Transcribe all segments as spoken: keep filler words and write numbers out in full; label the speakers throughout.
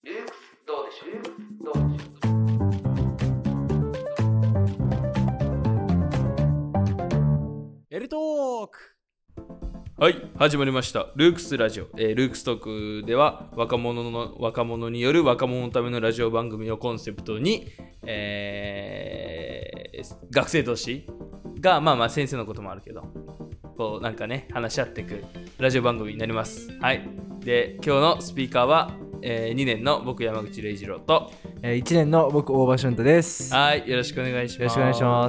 Speaker 1: ルークスどうでしょうどうでしょうエルトーク。はい始まりましたルークスラジオ、えー、ルークストークでは若者の若者による若者のためのラジオ番組をコンセプトに、えー、学生同士がまあまあ先生のこともあるけどこうなんかね話し合っていくラジオ番組になります。はい。で今日のスピーカーは、えー、にねんの僕山口礼二郎と、
Speaker 2: えー、いちねんの僕大場俊太です。
Speaker 1: はいよろしくお願いします。
Speaker 2: よろしくお願いします。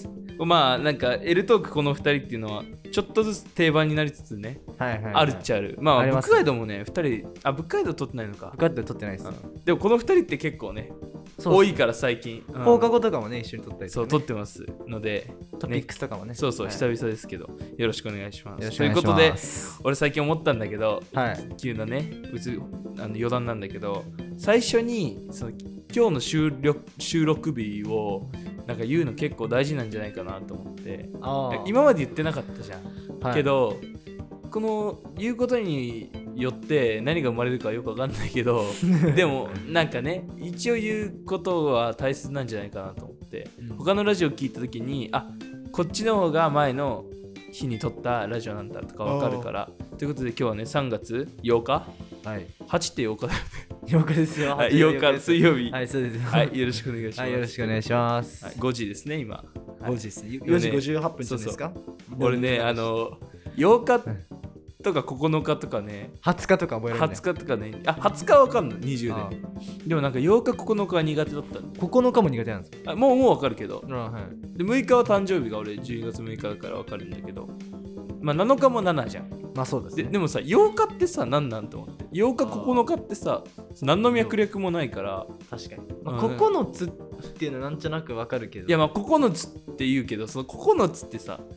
Speaker 1: まあなんかエルトークこのふたりっていうのはちょっとずつ定番になりつつね、はいはいはい、あるっちゃある。まあ、あブックガイドもねふたり、あブックガイド撮ってないのか。
Speaker 2: ブックガイド撮ってないです、うん、
Speaker 1: でもこのふたりって結構ね多いから最近、
Speaker 2: うん、放課後とかもね一緒に撮ったりとか、ね、
Speaker 1: そう撮ってますので
Speaker 2: トピックスとかもね、
Speaker 1: そうそう、はい、久々ですけどよろしくお願いします。
Speaker 2: よろしくお願いします。
Speaker 1: ということで俺最近思ったんだけど、
Speaker 2: はい、
Speaker 1: 急なねうつあの余談なんだけど、最初にその今日の収録、収録日をなんか言うの結構大事なんじゃないかなと思って。あ今まで言ってなかったじゃん、はい、けどこの言うことによって何が生まれるかよく分かんないけどでもなんかね一応言うことは大切なんじゃないかなと思って、うん、他のラジオ聞いた時にあこっちの方が前の日に撮ったラジオなんだとか分かるから。ということで今日はねさんがつようか、はい、はちってようかだよね
Speaker 2: ようかですよ、
Speaker 1: はい、ようか水曜日、
Speaker 2: はいそうですよ、
Speaker 1: はい、よろしくお願いします。
Speaker 2: はいよろしくお願いします、
Speaker 1: はい、ごじですね今、
Speaker 2: はい、ごじですよじごじゅうはっぷんじゃないですか。
Speaker 1: そうそう俺ねあのようかとかここのかとかね
Speaker 2: はつかとか覚えられない。
Speaker 1: はつかとかねあはつかは分かんのにじゅうねんでもなんかようかここのかは苦手だったん
Speaker 2: ここのかも苦手なんですか。
Speaker 1: あもうもう分かるけど、
Speaker 2: あ、はい、
Speaker 1: でむいかは誕生日が俺じゅうがつむいかだから分かるんだけど、まあなのかもななじゃん。
Speaker 2: まあそうです、ね、
Speaker 1: で, でもさようかってさ何なんと思って、ようかここのかってさ何の脈略もないから。
Speaker 2: 確かに、まあ、ここのつっていうのはなんとなく分かるけど、
Speaker 1: いやまあここのつって言うけどそのここのつってさ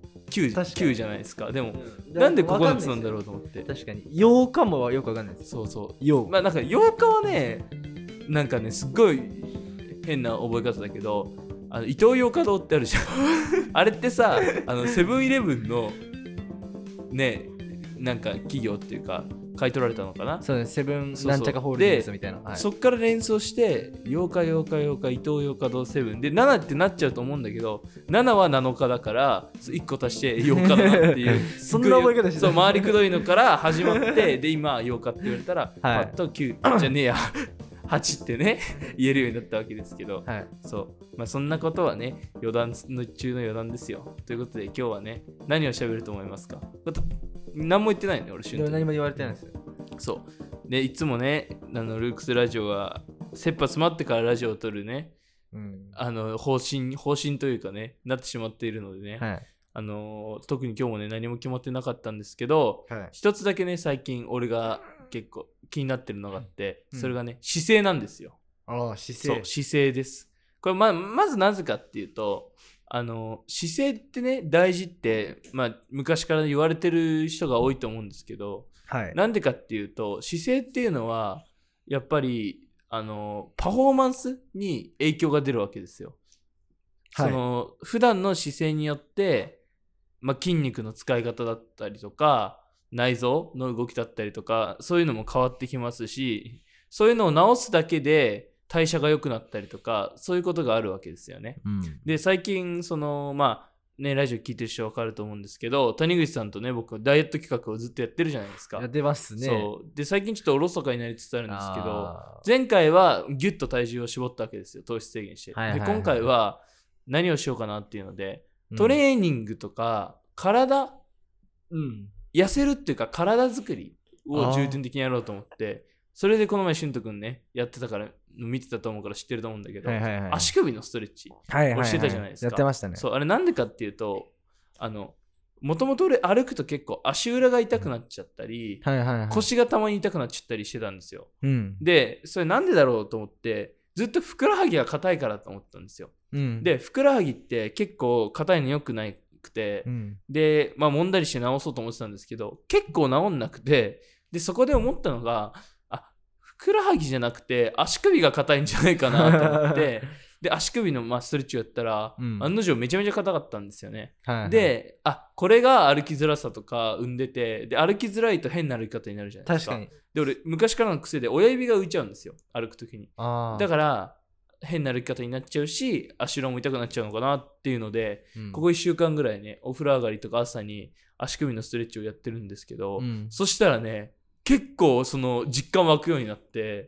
Speaker 1: 9, きゅうじゃないですか。でも、うん、なんでここのつなんだろうと思って。
Speaker 2: 確かにようかもはよく分かんないです。
Speaker 1: そうそう
Speaker 2: よう
Speaker 1: まあなんかようかはねなんかねすっごい変な覚え方だけど、あのイトーヨーカドーってあるじゃんあれってさあのセブンイレブンのねなんか企業っていうか買い取られたのかな。
Speaker 2: そうです、セブンなんちゃかホールディングスみたいな。
Speaker 1: はい、そっから連想してようかようかようかイトーヨーカドーセブンでななってなっちゃうと思うんだけど、ななはなのかだからいっこ足してようかだなっていう
Speaker 2: そんな覚え方してた。
Speaker 1: そう回りくどいのから始まってで今ようかって言われたら、はい、パッときゅうじゃねえやはちってね言えるようになったわけですけど、はい、そうまあそんなことはね余談の中の余談ですよ。ということで今日はね何を喋ると思いますか。何も言ってないね俺。
Speaker 2: でも何も言われてないんですよ。
Speaker 1: そうでいつもねあのルークスラジオは切羽詰まってからラジオを撮るね、うん、あの方針方針というかねなってしまっているのでね、はい、あの特に今日もね何も決まってなかったんですけど、はい、一つだけね最近俺が結構気になってるのがあって、うん、それがね姿勢なんですよ。
Speaker 2: ああ姿勢。
Speaker 1: そう姿勢です。これ ま, まずなぜかっていうとあの姿勢ってね大事って、まあ、昔から言われてる人が多いと思うんですけど、はい、なんでかっていうと姿勢っていうのはやっぱりあのパフォーマンスに影響が出るわけですよ。はい、その普段の姿勢によって、まあ、筋肉の使い方だったりとか内臓の動きだったりとかそういうのも変わってきますし、そういうのを直すだけで代謝が良くなったりとかそういうことがあるわけですよね。うん、で最近そのまあねラジオ聞いてる人は分かると思うんですけど、谷口さんとね僕ダイエット企画をずっとやってるじゃないですか。
Speaker 2: やってますね。
Speaker 1: そうで最近ちょっとおろそかになりつつあるんですけど、前回はギュッと体重を絞ったわけですよ、糖質制限して、はいはいはい、で今回は何をしようかなっていうので、うん、トレーニングとか体、うん、痩せるっていうか体作りを重点的にやろうと思って、それでこの前しゅんとくんねやってたから見てたと思うから知ってると思うんだけど、はいはいはい、足首のストレッチをしてたじゃないですか、
Speaker 2: はいはいはい、やってましたね。
Speaker 1: そうあれなんでかっていうとあのもともと俺歩くと結構足裏が痛くなっちゃったり、うんはいはいはい、腰がたまに痛くなっちゃったりしてたんですよ、うん、でそれなんでだろうと思ってずっとふくらはぎが硬いからと思ったんですよ、うん、でふくらはぎって結構硬いの良くないくて、うん、でまあ揉んだりして直そうと思ってたんですけど結構治んなくて、でそこで思ったのがふくらはぎじゃなくて足首が硬いんじゃないかなと思ってで足首のまあストレッチをやったら、
Speaker 2: うん、
Speaker 1: 案の定めちゃめちゃ硬かったんですよね、
Speaker 2: はいはい、
Speaker 1: であこれが歩きづらさとか生んでて、で歩きづらいと変な歩き方になるじゃないですか。
Speaker 2: 確かに。
Speaker 1: で俺昔からの癖で親指が浮いちゃうんですよ歩くときに。
Speaker 2: あ
Speaker 1: だから変な歩き方になっちゃうし足裏も痛くなっちゃうのかなっていうので、うん、ここいっしゅうかんぐらいねお風呂上がりとか朝に足首のストレッチをやってるんですけど、うん、そしたらね結構その実感湧くようになって、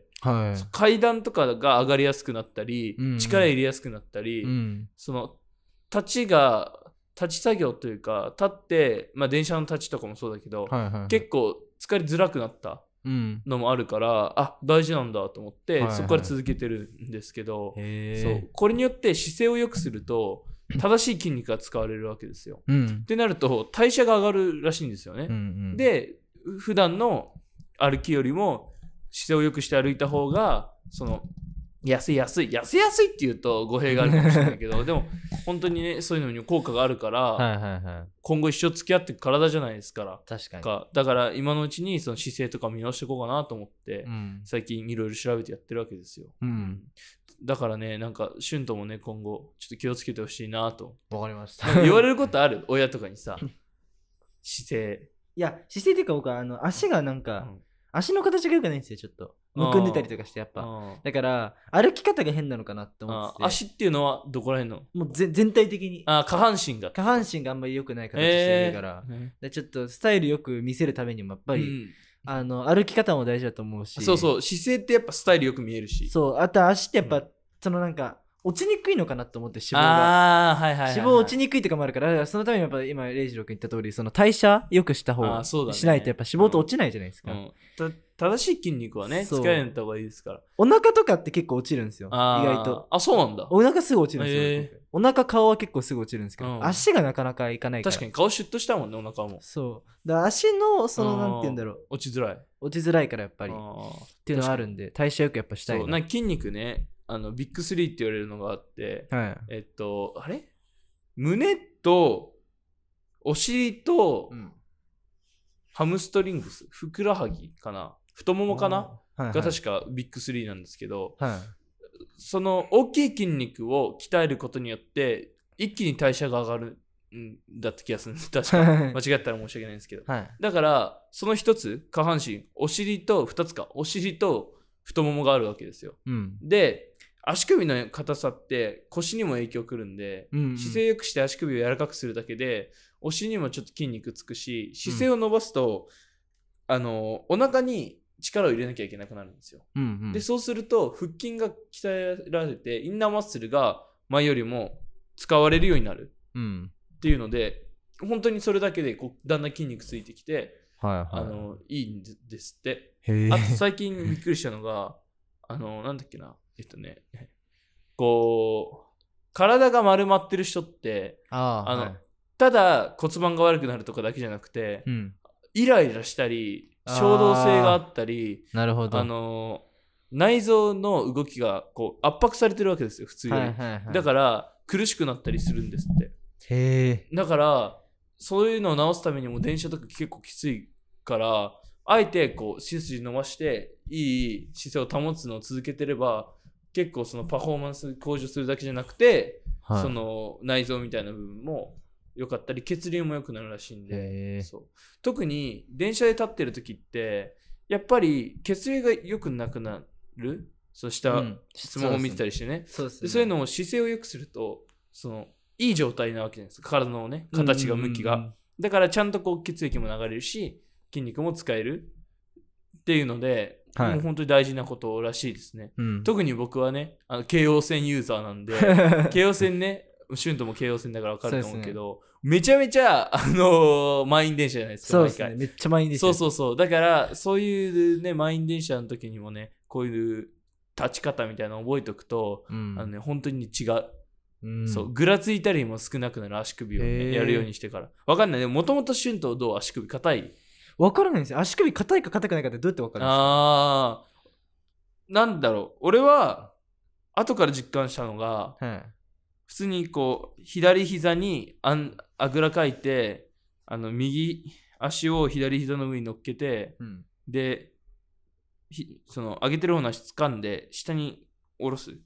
Speaker 1: はい、階段とかが上がりやすくなったり、うんうん、力入れやすくなったり、うん、その立ちが立ち作業というか立って、まあ、電車の立ちとかもそうだけど、はいはいはい、結構疲れづらくなったのもあるから、うん、あ大事なんだと思って、はいはい、そこから続けてるんですけど、そうこれによって姿勢を良くすると正しい筋肉が使われるわけですよ、うん、ってなると代謝が上がるらしいんですよね、うんうん、で普段の歩きよりも姿勢を良くして歩いた方がその安い安い安い安いって言うと語弊があるかもしれないけどでも本当にねそういうのに効果があるから、はいはいはい、今後一生付き合っていく体じゃないですから。
Speaker 2: 確かに
Speaker 1: かだから今のうちにその姿勢とか見直していこうかなと思って、うん、最近いろいろ調べてやってるわけですよ、うん、だからねなんかシュントもね今後ちょっと気をつけてほしいなと。
Speaker 2: わかりました。
Speaker 1: 言われることある親とかにさ姿勢
Speaker 2: いや姿勢っていうか僕はあの足がなんか、うん、足の形が良くないんですよ。ちょっとむくんでたりとかしてやっぱだから歩き方が変なのかなって思ってて。
Speaker 1: 足っていうのはどこら辺の？
Speaker 2: もうぜ全体的に
Speaker 1: あ下半身が
Speaker 2: 下半身があんまり良くない形してるから、えー、でちょっとスタイルよく見せるためにもやっぱり、うん、あの歩き方も大事だと思うし。
Speaker 1: そうそう姿勢ってやっぱスタイルよく見えるし。
Speaker 2: そうあと足ってやっぱ、うん、そのなんか落ちにくいのかなと思って脂肪があ、はいはいはいはい、脂肪落ちにくいとかもあるからそのためにやっぱ今レイジロー君言った通りその代謝よくした方が、ね、しないとやっぱ脂肪と落ちないじゃないですか、うん
Speaker 1: うん、正しい筋肉はね使えた方がいいですから。
Speaker 2: お腹とかって結構落ちるんですよ意外と。
Speaker 1: あそうなんだ。
Speaker 2: お腹すぐ落ちるんですよ、えー、お腹顔は結構すぐ落ちるんですけど、うん、足がなかなかいかないから。
Speaker 1: 確かに顔シュッとしたもんねお腹も。
Speaker 2: そうだから足のそのなんて言うんだろう
Speaker 1: 落ちづらい
Speaker 2: 落ちづらいからやっぱりっていうのはあるんで代謝よくやっぱしたいな。
Speaker 1: そうなんか筋肉ねあのビッグスリーって言われるのがあって、はい、えっとあれ胸とお尻と、うん、ハムストリングスふくらはぎかな太ももかな、はいはい、が確かビッグスリーなんですけど、はい、その大きい筋肉を鍛えることによって一気に代謝が上がるんだった気がするんです。確か間違ったら申し訳ないんですけど、はい、だからその一つ下半身お尻と二つかお尻と太ももがあるわけですよ、うん、で足首の硬さって腰にも影響くるんで、うんうん、姿勢よくして足首を柔らかくするだけでお尻にもちょっと筋肉つくし姿勢を伸ばすと、うん、あのお腹に力を入れなきゃいけなくなるんですよ、うんうん、でそうすると腹筋が鍛えられてインナーマッスルが前よりも使われるようになる、うん、っていうので本当にそれだけでこうだんだん筋肉ついてきて、はいはい、あのいいんですって。あと最近びっくりしたのがあのなんだっけなえっとねこう体が丸まってる人ってああの、はい、ただ骨盤が悪くなるとかだけじゃなくて、うん、イライラしたり衝動性があったり
Speaker 2: なるほど
Speaker 1: あの内臓の動きがこう圧迫されてるわけですよ普通より、はいはいはい、だから苦しくなったりするんですって。へー。だからそういうのを直すためにも電車とか結構きついからあえてこう背筋伸ばしていい姿勢を保つのを続けてれば結構そのパフォーマンス向上するだけじゃなくて、はい、その内臓みたいな部分も良かったり血流も良くなるらしいんで、そう特に電車で立ってる時ってやっぱり血流が良くなくなる。そうした、うん、スマホを見てたりしてね、そうですね。でそういうのを姿勢を良くするとそのいい状態なわけじゃないですか体のね形が向きが、うんうんうん、だからちゃんとこう血液も流れるし筋肉も使えるっていうので、はい、もう本当に大事なことらしいですね、うん、特に僕はねあの京王線ユーザーなんで京王線ねシュントも京王線だから分かると思うけどう、ね、めちゃめちゃ、あのー、満員電車じゃないですか。
Speaker 2: そうですねめっちゃ満員電車。
Speaker 1: そうそうそうだからそういうね満員電車の時にもねこういう立ち方みたいなのを覚えておくと、うん、あのね、本当に違う、うん、そうぐらついたりも少なくなる足首を、ね、やるようにしてから分かんない。でももともとシュントどう足首硬い？
Speaker 2: 分からないんですよ。足首硬いか硬くないかってどうやって分かるんですか？
Speaker 1: あーなんだろう俺は後から実感したのが、はい、普通にこう左膝にあんあぐらかいてあの右足を左膝の上に乗っけて、うん、でその上げてる方の足掴んで下に下ろす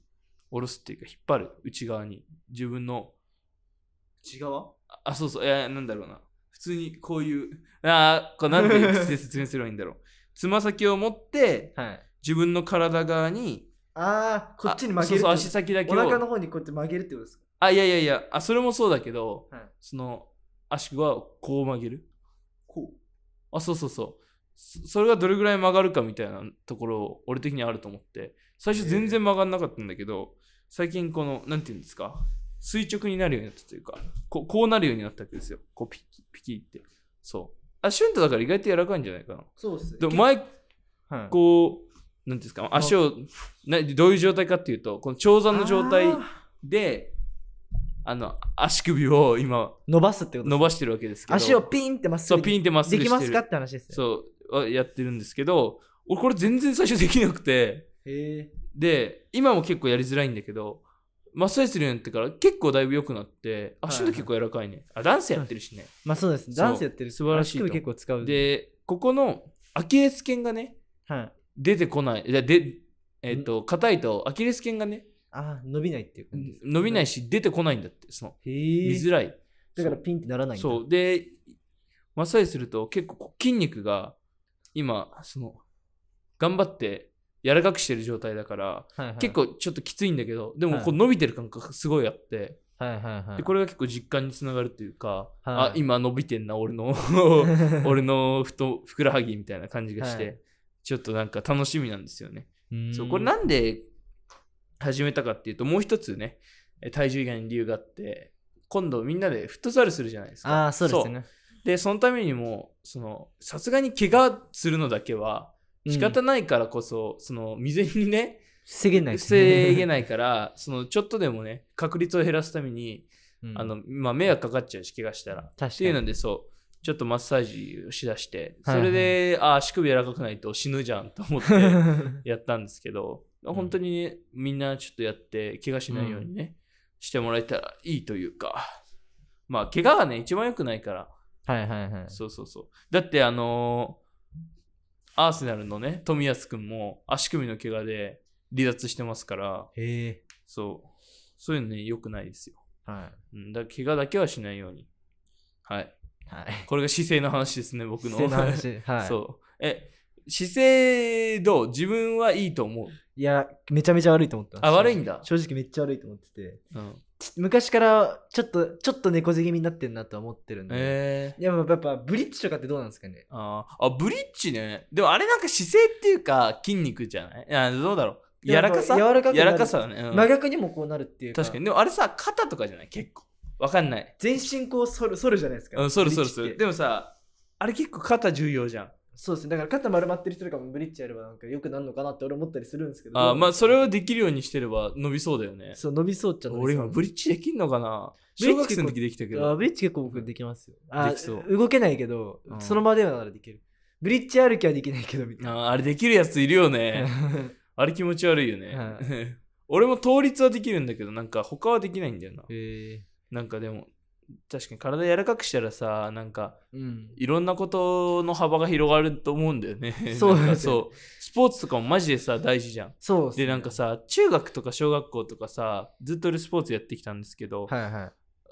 Speaker 1: 下ろすっていうか引っ張る内側に自分の
Speaker 2: 内側
Speaker 1: あそうそういやなんだろうな普通にこういうあこれなんて説明すればいいんだろうつま先を持って、はい、自分の体側に
Speaker 2: ああこっちに曲げる
Speaker 1: そうそう足先だけを
Speaker 2: お腹の方にこうやって曲げるってことですか
Speaker 1: あいやいやいやあそれもそうだけど、はい、その足はこう曲げるこうあそうそうそうそれがどれぐらい曲がるかみたいなところ俺的にあると思って最初全然曲がんなかったんだけど最近このなんていうんですか垂直になるようになったというかこう、こうなるようになったわけですよこうピキピキってそうあシュントだから意外と柔らかいんじゃないかな
Speaker 2: そうですね
Speaker 1: でも前、はい、こうなんていうんですか足をなどういう状態かっていうとこの長座の状態であの足首を今
Speaker 2: 伸ばすってこと
Speaker 1: 伸ばしてるわけですけど
Speaker 2: 足をピンってまっすぐ
Speaker 1: そうピンってまっすぐしてる
Speaker 2: できますかって話ですね
Speaker 1: そうやってるんですけど俺これ全然最初できなくて
Speaker 2: へ
Speaker 1: で今も結構やりづらいんだけどマッサージするようになってから結構だいぶ良くなって足の結構柔らかいね、はいはい、あダンスやってるしね
Speaker 2: まあそうですダンスやってる
Speaker 1: 素晴らしい
Speaker 2: 足首結構使う
Speaker 1: でここのアキレス腱がね、はい、出てこないででえっ、ー、と硬いとアキレス腱がね
Speaker 2: あ伸びないっていう感じ
Speaker 1: 伸びないし出てこないんだってその
Speaker 2: 見
Speaker 1: づらい
Speaker 2: だからピンってならないんだ
Speaker 1: そうでマッサージすると結構筋肉が今その頑張って柔らかくしてる状態だから、はいはい、結構ちょっときついんだけどでもこう伸びてる感覚がすごいあって、はいはいはい、でこれが結構実感につながるというか、はい、あ今伸びてんな俺の俺のふとふくらはぎみたいな感じがして、はい、ちょっとなんか楽しみなんですよねそうこれなんで始めたかっていうともう一つね体重以外に理由があって今度みんなでフットサルするじゃないですか
Speaker 2: あそうですね
Speaker 1: でそのためにもさすがに怪我するのだけは仕方ないからこそ、うん、その未然にね
Speaker 2: 防げない、
Speaker 1: 防げないからそのちょっとでもね確率を減らすために、うん、あのまあ、迷惑かかっちゃうし怪我したらっていうのでそうちょっとマッサージをしだしてそれで、はいはい、あ足首柔らかくないと死ぬじゃんと思ってやったんですけど本当に、ね、みんなちょっとやって怪我しないようにね、うん、してもらえたらいいというかまあ怪我がね一番良くないから
Speaker 2: はいはいはい
Speaker 1: そうそうそうだってあのーアーセナルのね冨安くんも足首の怪我で離脱してますから
Speaker 2: へえ
Speaker 1: そうそういうのね良くないですよ
Speaker 2: はい、
Speaker 1: うん、だから怪我だけはしないようにはい、
Speaker 2: はい、
Speaker 1: これが姿勢の話ですね僕の
Speaker 2: 姿勢の話はい
Speaker 1: そうえ姿勢どう自分はいいと思う
Speaker 2: いやめちゃめちゃ悪いと思ってます
Speaker 1: あ悪いんだ
Speaker 2: 正直めっちゃ悪いと思ってて、
Speaker 1: うん、
Speaker 2: 昔からちょっとちょっと猫背気味になってんなとは思ってるんで、
Speaker 1: えー、
Speaker 2: いややっぱブリッジとかってどうなんですかね
Speaker 1: ああブリッジねでもあれなんか姿勢っていうか筋肉じゃないいやどうだろう柔らかさ
Speaker 2: 柔らかくなる
Speaker 1: 柔らかさだね、うん、
Speaker 2: 真逆にもこうなるっていうか
Speaker 1: 確かにでもあれさ肩とかじゃない結構わかんない
Speaker 2: 全身こう反る反るじゃないですか
Speaker 1: うん反る反る反るでもさあれ結構肩重要じゃん
Speaker 2: そうですねだから肩丸まってる人とかもブリッジやればなんか良くなるのかなって俺思ったりするんですけど
Speaker 1: あまあそれをできるようにしてれば伸びそうだよね
Speaker 2: そう伸びそうっちゃ伸びそう
Speaker 1: 俺今ブリッジできんのかな小学生の時できたけど
Speaker 2: あブリッジ結構僕できますよあ
Speaker 1: できそう
Speaker 2: 動けないけど、うん、その場ではならできるブリッジ歩きはできないけどみたいな
Speaker 1: あ, あれできるやついるよねあれ気持ち悪いよね、
Speaker 2: はい、
Speaker 1: 俺も倒立はできるんだけどなんか他はできないんだよな
Speaker 2: へ
Speaker 1: なんかでも確かに体柔らかくしたらさなんか、
Speaker 2: うん、
Speaker 1: いろんなことの幅が広がると思うんだよね
Speaker 2: そうです
Speaker 1: そうスポーツとかもマジでさ大事じゃん
Speaker 2: そう
Speaker 1: で,、ね、でなんかさ中学とか小学校とかさずっと俺スポーツやってきたんですけど、
Speaker 2: はいはい、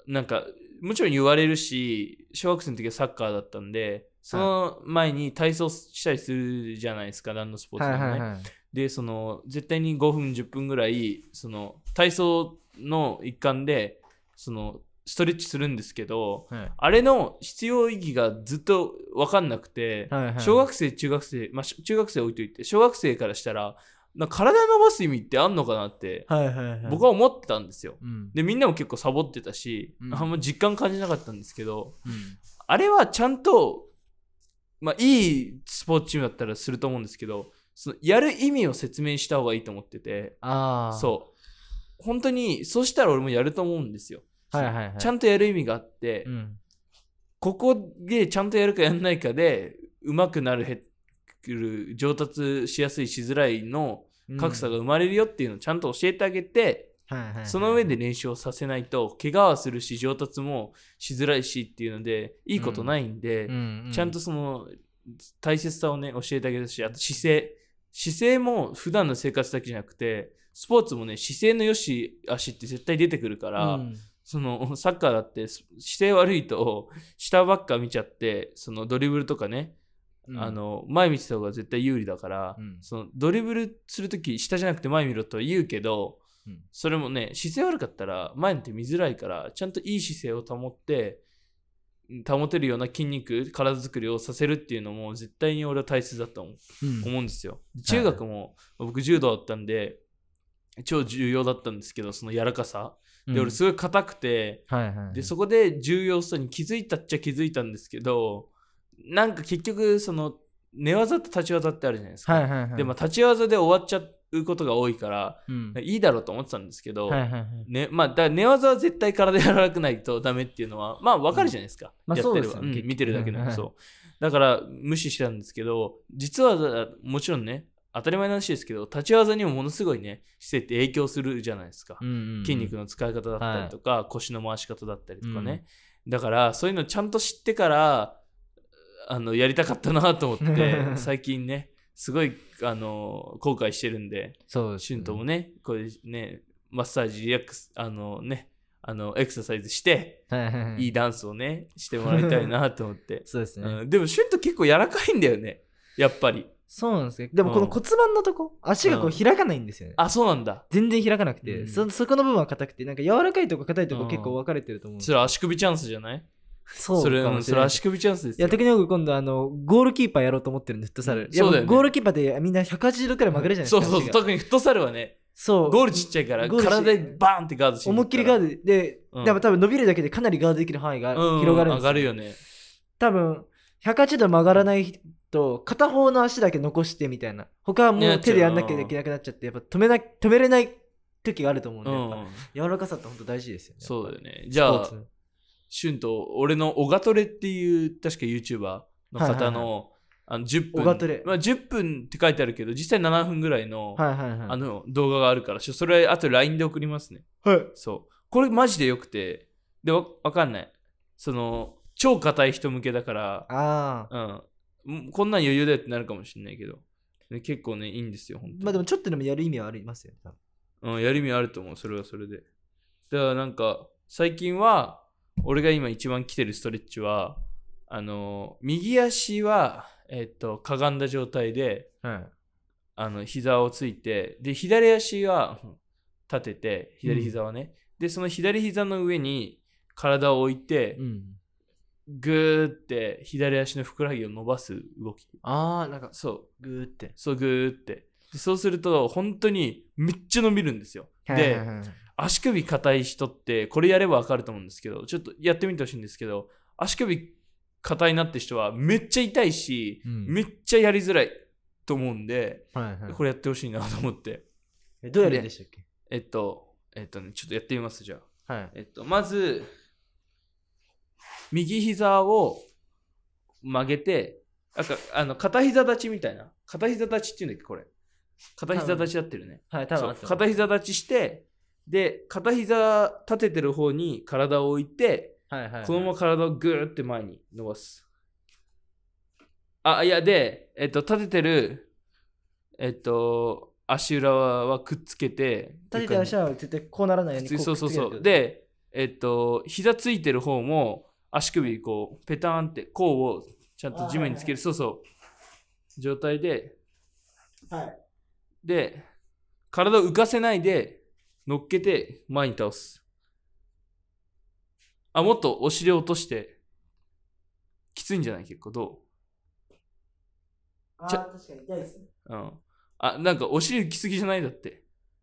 Speaker 1: なんかもちろん言われるし小学生の時はサッカーだったんでその前に体操したりするじゃないですか何のスポーツでもね、
Speaker 2: はいはいはい、
Speaker 1: でその絶対にごふんじゅっぷんぐらいその体操の一環でそのストレッチするんですけど、はい、あれの必要意義がずっと分かんなくて、はいはい、小学生中学生、まあ、中学生置いといて小学生からしたらなんか体伸ばす意味ってあんのかなって、
Speaker 2: はいはいはい、
Speaker 1: 僕は思ってたんですよ、
Speaker 2: うん、
Speaker 1: でみんなも結構サボってたし、うん、あんま実感感じなかったんですけど、
Speaker 2: うん、
Speaker 1: あれはちゃんと、まあ、いいスポーツチームだったらすると思うんですけどそのやる意味を説明した方がいいと思ってて
Speaker 2: あ
Speaker 1: そう本当にそうしたら俺もやると思うんですよ
Speaker 2: はいはいはい、
Speaker 1: ちゃんとやる意味があって、
Speaker 2: うん、
Speaker 1: ここでちゃんとやるかやんないかで上手くなるへる上達しやすいしづらいの格差が生まれるよっていうのをちゃんと教えてあげて、
Speaker 2: うんはいはいはい、
Speaker 1: その上で練習をさせないと怪我はするし上達もしづらいしっていうのでいいことないんで、
Speaker 2: うんうんうん、
Speaker 1: ちゃんとその大切さをね教えてあげるしあと姿勢姿勢も普段の生活だけじゃなくて、スポーツもね、姿勢の良し悪しって絶対出てくるから、うん、そのサッカーだって姿勢悪いと下ばっか見ちゃって、そのドリブルとかね、うん、あの前見てた方が絶対有利だから、うん、そのドリブルするとき下じゃなくて前見ろとは言うけど、うん、それもね、姿勢悪かったら前って見づらいから、ちゃんといい姿勢を保って保てるような筋肉、体作りをさせるっていうのも絶対に俺は大切だと思う、うん、思うんですよ。中学も、はい、僕柔道だったんで超重要だったんですけど、その柔らかさで、うん、俺すごい硬くて、はいはいはい、でそこで重要さに気づいたっちゃ気づいたんですけど、なんか結局その寝技と立ち技ってあるじゃないですか、はいはいはい、でも立ち技で終わっちゃうことが多いから、うん、いいだろうと思ってたんですけど、はいはいはいね、まあ、だから寝技は絶対体柔らかくないとダメっていうのはまあ分かるじゃないですか、うん、やってれば、まあね、うん、見てるだけでもそうだから無視してたんですけど、実はもちろんね当たり前の話ですけど、立ち技にもものすごいね姿勢って影響するじゃないですか、うんうんうん、筋肉の使い方だったりとか、はい、腰の回し方だったりとかね、うん、だからそういうのちゃんと知ってからあのやりたかったなと思って最近ねすごいあの後悔してるんで、そうですね、シュントもねこれねマッサージリラックスあのねあのエクササイズしていいダンスをねしてもらいたいなと思って
Speaker 2: そうですね、
Speaker 1: うん、でもシュント結構柔らかいんだよねやっぱり。
Speaker 2: そうなんですよ。でもこの骨盤のとこ、うん、足がこう開かないんですよね、
Speaker 1: うん、あ、そうなんだ。
Speaker 2: 全然開かなくて、うん、そ, そこの部分は硬くて、なんか柔らかいとこ硬いとこ結構分かれてると思う、うん、
Speaker 1: それ足首チャンスじゃない？
Speaker 2: そう
Speaker 1: それ、うん、それ足首チャンスですよ。
Speaker 2: いや、特に僕今度あのゴールキーパーやろうと思ってるんで、フットサル、うん、そうだよね、ゴールキーパーってみんなひゃくはちじゅうどくらい曲がるじゃないですか、うん、そうそう、特にフットサルはね、そうゴールちっちゃいから体でバーンってガードして思いっきりガードで、うん、でも多分伸びるだけでかなりガードできる範囲が広がるんですよ、うん、上がるよね。多分ひゃくはちじゅうど曲がらないと片方の足だけ残してみたいな、他はもう手でやんなきゃいけなくなっちゃって、やっぱ止めな止めれない時があると思うんで、うん、やっぱ柔らかさって本当大事ですよね。
Speaker 1: そうだよね。じゃあシュンと俺のオガトレっていう確か YouTuber の方の、はいはいはい、あのじゅっぷん、オガトレ、まあ、じゅっぷんって書いてあるけど実際ななふんぐらいの、はいはいはい、あの動画があるからそれあと ライン で送りますね。はい。そうこれマジでよくて、で わ, わかんないその超硬い人向けだから、あ、うん、こんなん余裕だよってなるかもしれないけど、結構ねいいんですよ本当に。
Speaker 2: まあでもちょっとでもやる意味はありますよね多
Speaker 1: 分。うん、やる意味あると思う、それはそれで。だからなんか最近は俺が今一番来てるストレッチはあの右足はえっとかがんだ状態で、はい、あの膝をついて、で左足は立てて左膝はね、うん、でその左膝の上に体を置いて、うん、グーって左足のふくらはぎを伸ばす動き。
Speaker 2: ああ、なんか
Speaker 1: そう
Speaker 2: グーって
Speaker 1: そうグーってでそうすると本当にめっちゃ伸びるんですよ。で足首硬い人ってこれやれば分かると思うんですけど、ちょっとやってみてほしいんですけど、足首硬いなって人はめっちゃ痛いし、うん、めっちゃやりづらいと思うんで、はいはい、これやってほしいなと思って。
Speaker 2: えどうやるんでしたっけ？
Speaker 1: えっとえっとねちょっとやってみます。じゃあ、はい、えっとまず右膝を曲げて、なんかあの片膝立ちみたいな、片膝立ちっていうんだっけこれ、片膝立ちやってるね。はい、多分片膝立ちして、で片膝立ててる方に体を置いて、はいはいはい、このまま体をグーって前に伸ばす。あ、いやで、えっと立ててるえっと足裏はくっつけて、
Speaker 2: 立ててる足は絶対こうならないようにこう
Speaker 1: そうそうそう。で、えっと膝ついてる方も足首こうペターンって甲をちゃんと地面につける、はいはい、そうそう状態で、はい、で体を浮かせないで乗っけて前に倒す。あ、もっとお尻を落としてきついんじゃない？結構どう？
Speaker 2: あ、確かに痛いですね。
Speaker 1: うん。あ、なんかお尻きすぎじゃない？だって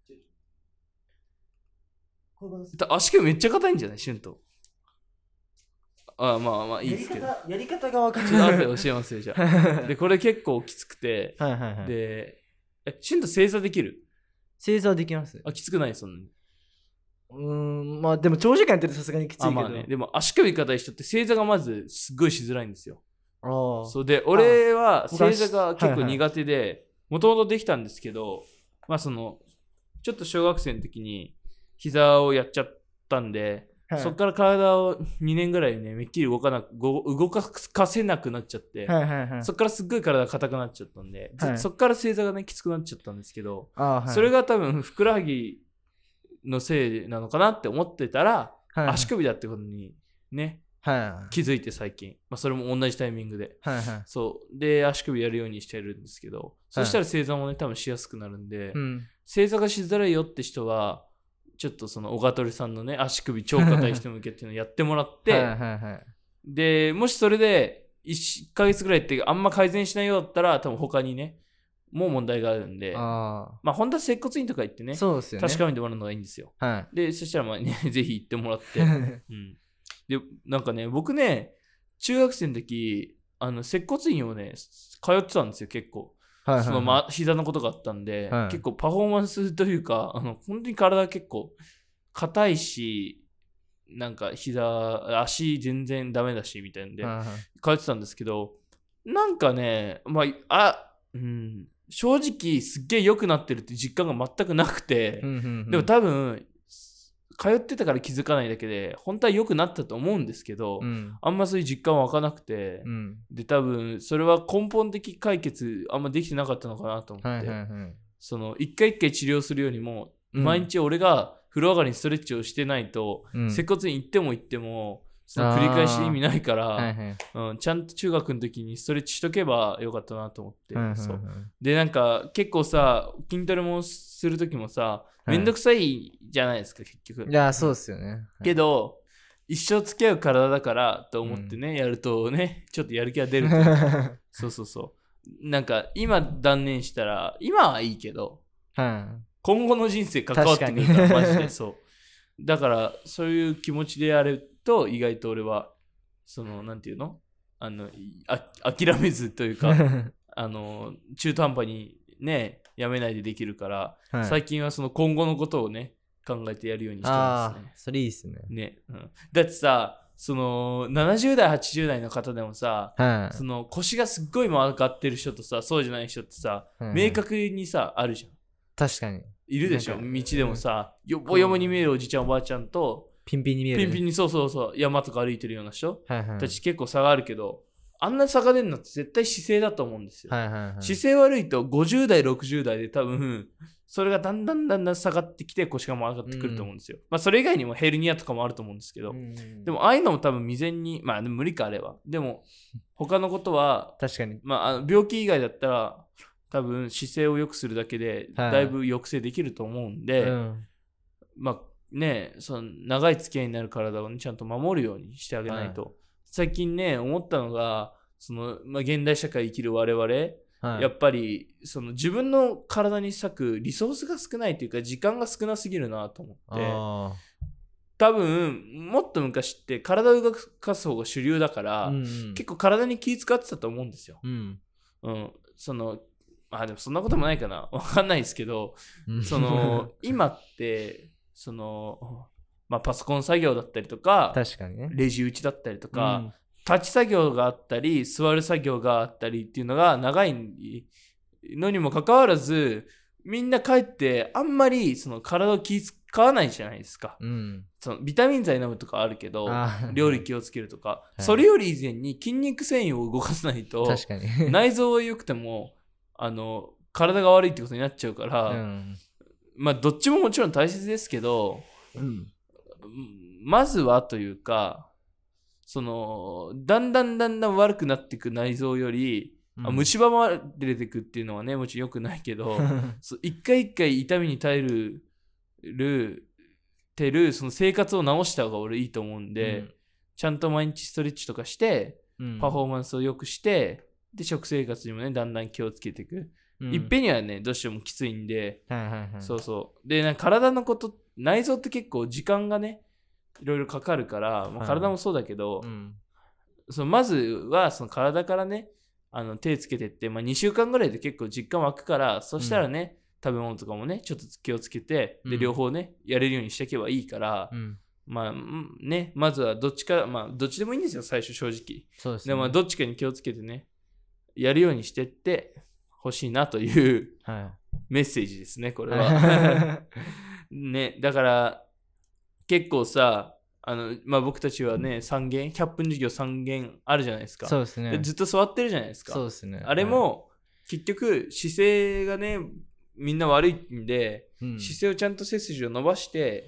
Speaker 1: 足首めっちゃ硬いんじゃない？シュンと。あ、まあまあいいですけど、
Speaker 2: やり方が分かっちゃう。
Speaker 1: 教えますよじゃあ。でこれ結構きつくて、はいはいはい、でえシュンと正座できる？
Speaker 2: 正座はできます。
Speaker 1: あ、きつくない？そんなに。
Speaker 2: うーん、まあでも長時間やってるとさすがにきついけど、まあね、
Speaker 1: でも足首硬い人って正座がまずすっごいしづらいんですよ。あそうで俺は正座が結構苦手で、もともとできたんですけど、まあそのちょっと小学生の時に膝をやっちゃったんで、 はい、そっから体をにねんぐらいねめっきり動かなく動かせなくなっちゃって、はいはいはい、そっからすっごい体が硬くなっちゃったんで、はい、そっから正座がねきつくなっちゃったんですけど、はい、それが多分ふくらはぎのせいなのかなって思ってたら、はいはい、足首だってことにね、はいはい、気づいて最近、まあ、それも同じタイミングで、はいはい、そうで足首やるようにしてるんですけど、はい、そしたら正座もね多分しやすくなるんで、うん、正座がしづらいよって人はちょっとその小川鳥さんのね足首超硬い人向けっていうのをやってもらってはいはい、はい、でもしそれでいっかげつぐらいってあんま改善しないようだったら多分他にねもう問題があるんで、あまあ本当は接骨院とか行ってね、そうですよね、確かめてもらうのがいいんですよ、はい、でそしたらまあ、ね、ぜひ行ってもらって、うん、でなんかね僕ね中学生の時あの接骨院をね通ってたんですよ結構、はいはいはい、その、ま、膝のことがあったんで、はい、結構パフォーマンスというかあの本当に体結構硬いしなんか膝足全然ダメだしみたいなんで、はいはい、通ってたんですけどなんかねまああうん正直すっげえ良くなってるって実感が全くなくて、うんうんうん、でも多分通ってたから気づかないだけで本当は良くなったと思うんですけど、うん、あんまそういう実感は湧かなくて、うん、で多分それは根本的解決あんまできてなかったのかなと思って、はいはいはい、その一回一回治療するよりも、うん、毎日俺が風呂上がりにストレッチをしてないと、うん、接骨院行っても行ってもその繰り返し意味ないから、はいはいうん、ちゃんと中学の時にストレッチしとけばよかったなと思って、はいはいはい、そうでなんか結構さ筋トレもする時もさめんどくさいじゃないですか、はい、結局。
Speaker 2: いやそうっすよね、はい、
Speaker 1: けど一生付き合う体だからと思ってね、うん、やるとねちょっとやる気が出るというかそうそうそうなんか今断念したら今はいいけど、はい、今後の人生関わってくるからマジでそうだからそういう気持ちでやると意外と俺はそのなんていうのあのあ諦めずというかあの中途半端にねやめないでできるから、はい、最近はその今後のことをね考えてやるようにしてますね。
Speaker 2: あそれいいっすね。
Speaker 1: ね、うん、だってさそのななじゅう代はちじゅう代の方でもさ、はい、その腰がすっごい曲がってる人とさそうじゃない人ってさ、はい、明確にさあるじゃん。
Speaker 2: 確かに
Speaker 1: いるでしょ。道でもさよぼよぼに見えるおじちゃんおばあちゃんと
Speaker 2: ピンピンに見える、
Speaker 1: ね、ピンピンにそうそうそう山とか歩いてるような人、はいはい、たち結構差があるけどあんな差が出るのって絶対姿勢だと思うんですよ、はいはいはい、姿勢悪いとごじゅう代ろくじゅう代で多分それがだんだんだんだん下がってきて腰が曲がってくると思うんですよ、うんまあ、それ以外にもヘルニアとかもあると思うんですけど、うん、でもああいうのも多分未然にまあ無理かあれはでも他のことは
Speaker 2: 確かに、
Speaker 1: まあ、あの病気以外だったら多分姿勢を良くするだけでだいぶ抑制できると思うんで、はいうん、まあねその長い付き合いになる体を、ね、ちゃんと守るようにしてあげないと、はい、最近ね思ったのがその、まあ、現代社会生きる我々、はい、やっぱりその自分の体に割くリソースが少ないというか時間が少なすぎるなと思って多分もっと昔って体を動かす方が主流だから、うんうん、結構体に気使ってたと思うんですよ、うんうん、そのまあでもそんなこともないかな分かんないですけどその今ってその、まあ、パソコン作業だったりとか
Speaker 2: 確かに、ね、
Speaker 1: レジ打ちだったりとか、うん、立ち作業があったり座る作業があったりっていうのが長いのにもかかわらずみんな帰ってあんまりその体を気使わないじゃないですか、うん、そのビタミン剤飲むとかあるけど料理気をつけるとか、はい、それより以前に筋肉繊維を動かさないと
Speaker 2: 確かに
Speaker 1: 内臓は良くてもあの体が悪いってことになっちゃうから、うんまあどっちももちろん大切ですけど、うん、まずはというかそのだんだんだんだん悪くなっていく内臓より、うん、虫歯も出てくっていうのはねもちろん良くないけど一回一回痛みに耐えるるてるその生活を直した方が俺いいと思うんで、うん、ちゃんと毎日ストレッチとかして、うん、パフォーマンスを良くしてで食生活にもねだんだん気をつけていくうん、いっぺんにはねどうしてもきついんで、はいはいはい、そうそうでなんか体のこと内臓って結構時間がねいろいろかかるから、まあ、体もそうだけど、はいうん、そのまずはその体からねあの手つけてって、まあ、にしゅうかんぐらいで結構実感湧くからそしたらね、うん、食べ物とかもねちょっと気をつけてで、うん、両方ねやれるようにしていけばいいから、うん、まあねまずはどっちかまあどっちでもいいんですよ最初正直そうですね、でもどっちかに気をつけてねやるようにしてって欲しいなという、はい、メッセージですねこれはねだから結構さあの、まあ、僕たちはね、さん限、ひゃっぷん授業さん限あるじゃないですか。
Speaker 2: そうですね。
Speaker 1: でずっと座ってるじゃないですか。
Speaker 2: そうですね。
Speaker 1: あれも、はい、結局、姿勢がね、みんな悪いんで、うん、姿勢をちゃんと背筋を伸ばして、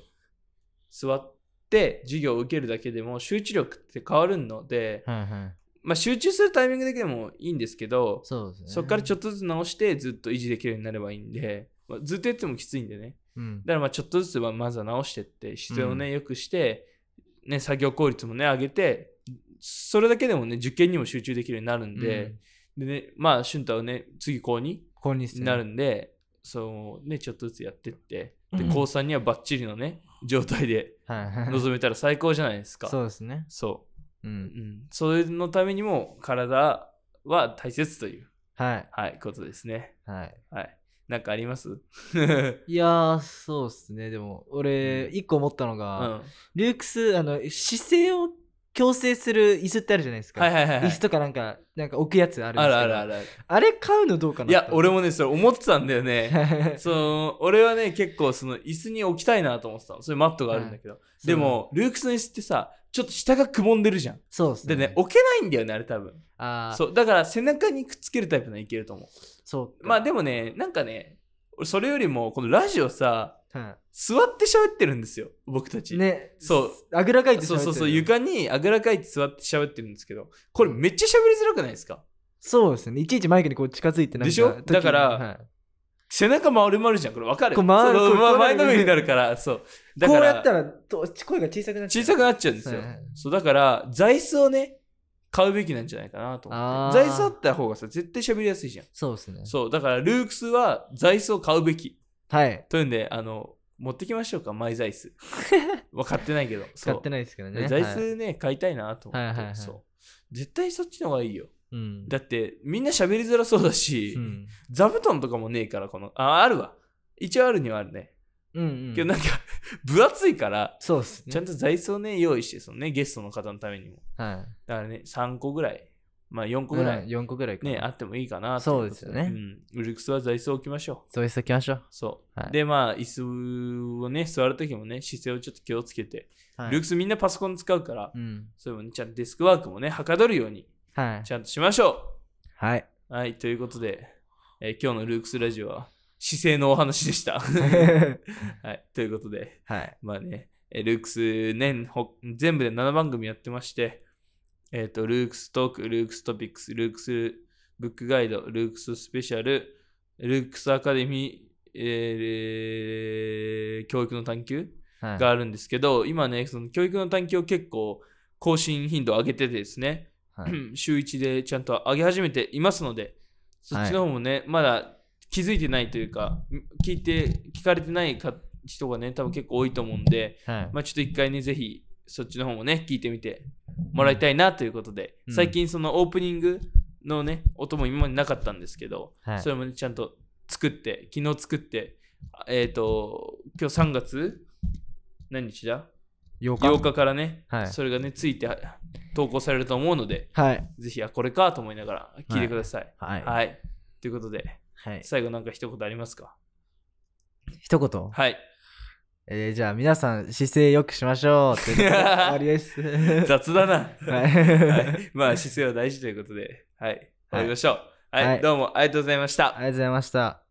Speaker 1: 座って授業を受けるだけでも集中力って変わるので、はいはい、まあ、集中するタイミングだけでもいいんですけど、
Speaker 2: そうですね、
Speaker 1: そこからちょっとずつ直してずっと維持できるようになればいいんで、まあ、ずっとやってもきついんでね。うん、だからまあちょっとずつはまずは直していって、姿勢をね、良くして、ね、作業効率もね、上げて、それだけでもね、受験にも集中できるようになるんで、うん、でね、まあ、俊太はね、次高になるんで、そうね、ちょっとずつやってって、で、高さんにはバッチリのね、状態で臨めたら最高じゃないですか。
Speaker 2: そうですね。
Speaker 1: そう。うん。うん、それのためにも体は大切という、
Speaker 2: はい。
Speaker 1: はい、ことですね。
Speaker 2: はい。
Speaker 1: はい。なんかあります
Speaker 2: いやー、そうっすね。でも、俺、一個思ったのが、うん、ルークス、あの、姿勢を矯正する椅子ってあるじゃないですか。
Speaker 1: はいはいはい、はい。
Speaker 2: 椅子とかなんか、なんか置くやつあるんですけど。
Speaker 1: あるあるある。
Speaker 2: あれ買うのどうかな。
Speaker 1: いや、俺もね、それ思ってたんだよね。その、俺はね、結構その椅子に置きたいなと思ってたの。そういうマットがあるんだけど。はい、でも、ルークスの椅子ってさ、ちょっと下がくぼんでるじゃん。
Speaker 2: そうっすね。
Speaker 1: でね、置けないんだよね、あれ多分。あそう、だから背中にくっつけるタイプのいけると思う。
Speaker 2: そう。
Speaker 1: まあでもね、なんかね、それよりも、このラジオさ、はい、座って喋ってるんですよ、僕たち。
Speaker 2: ね。
Speaker 1: そう。
Speaker 2: あぐらかいて喋ってる。
Speaker 1: そうそうそう、床にあぐらかいて座って喋ってるんですけど、これめっちゃ喋りづらくないですか？
Speaker 2: そうですね。いちいちマイクにこう近づいてなんか。
Speaker 1: でしょ？だから、はい、背中丸々じゃん、これ分かる？こう回る。そう、まあ、前のめりになるから、そう。
Speaker 2: だからこうやったらと声が小さくなっちゃう。
Speaker 1: 小さくなっちゃうんですよ。はい、そう、だから、座椅子をね、買うべきなんじゃないかなと思って。座椅子あった方がさ、絶対喋りやすいじゃん。
Speaker 2: そうですね。
Speaker 1: そう、だからルークスは座椅子を買うべき。
Speaker 2: はい。
Speaker 1: というんで、あの、持ってきましょうか、マイ座椅子。は買ってないけど。
Speaker 2: 買ってないですけどね。
Speaker 1: 座椅子ね、はい、買いたいなと思って、はいはいはい。そう。絶対そっちの方がいいよ。
Speaker 2: うん、
Speaker 1: だって、みんな喋りづらそうだし、うん、座布団とかもねえから、この、あ、あるわ。一応あるにはあるね。
Speaker 2: うんうん、
Speaker 1: けどなんか分厚いから、
Speaker 2: そうっすね。
Speaker 1: ちゃんと座椅子をね、用意して、そのね、ゲストの方のためにも。
Speaker 2: はい。
Speaker 1: だからね、さんこぐらい。まあよんこぐらい、うん、
Speaker 2: よんこぐらいか
Speaker 1: ね、あってもいいかなと。
Speaker 2: そうですよね。
Speaker 1: うん。ウルクスは座椅子を置きましょう。
Speaker 2: 座椅子置きましょう。
Speaker 1: そう。はい、で、まあ、椅子をね、座るときもね、姿勢をちょっと気をつけて。はい、ルークスみんなパソコン使うから、うん、それもね、ちゃんとデスクワークもね、はかどるように、はい、ちゃんとしましょう。
Speaker 2: はい。
Speaker 1: はい、ということで、えー、今日のルークスラジオは姿勢のお話でした。はい、ということで、
Speaker 2: はい、
Speaker 1: まあね、ルークス年、全部でななばんぐみやってまして、えっと、ルークストーク、ルークストピックス、ルークスブックガイド、ルークススペシャル、ルークスアカデミー、えー、教育の探求があるんですけど、はい、今ね、その教育の探求を結構更新頻度を上げててですね、はい、週いちでちゃんと上げ始めていますので、そっちの方もね、はい、まだ気づいてないというか、聞いて、聞かれてないか人がね、多分結構多いと思うんで、はい、まあちょっと一回ね、ぜひそっちの方もね、聞いてみてもらいたいなということで、うん、最近そのオープニングのね、音も今までなかったんですけど、はい、それもね、ちゃんと作って、昨日作って、えっと、今日さんがつ何日だ
Speaker 2: ようか
Speaker 1: ?ようかからね、
Speaker 2: はい、
Speaker 1: それがね、ついて投稿されると思うので、
Speaker 2: はい、
Speaker 1: ぜひ、あ、これかと思いながら聞いてください。
Speaker 2: はい。
Speaker 1: はい。ということで、
Speaker 2: はい、
Speaker 1: 最後なんか一言ありますか？
Speaker 2: 一言
Speaker 1: はい。
Speaker 2: えー、じゃあ皆さん姿勢よくしましょうって終わりです。
Speaker 1: 雑だな。
Speaker 2: はい
Speaker 1: はい。まあ姿勢は大事ということで、はい。終わりましょう。はい。はい、どうもありがとうございました。
Speaker 2: ありがとうございました。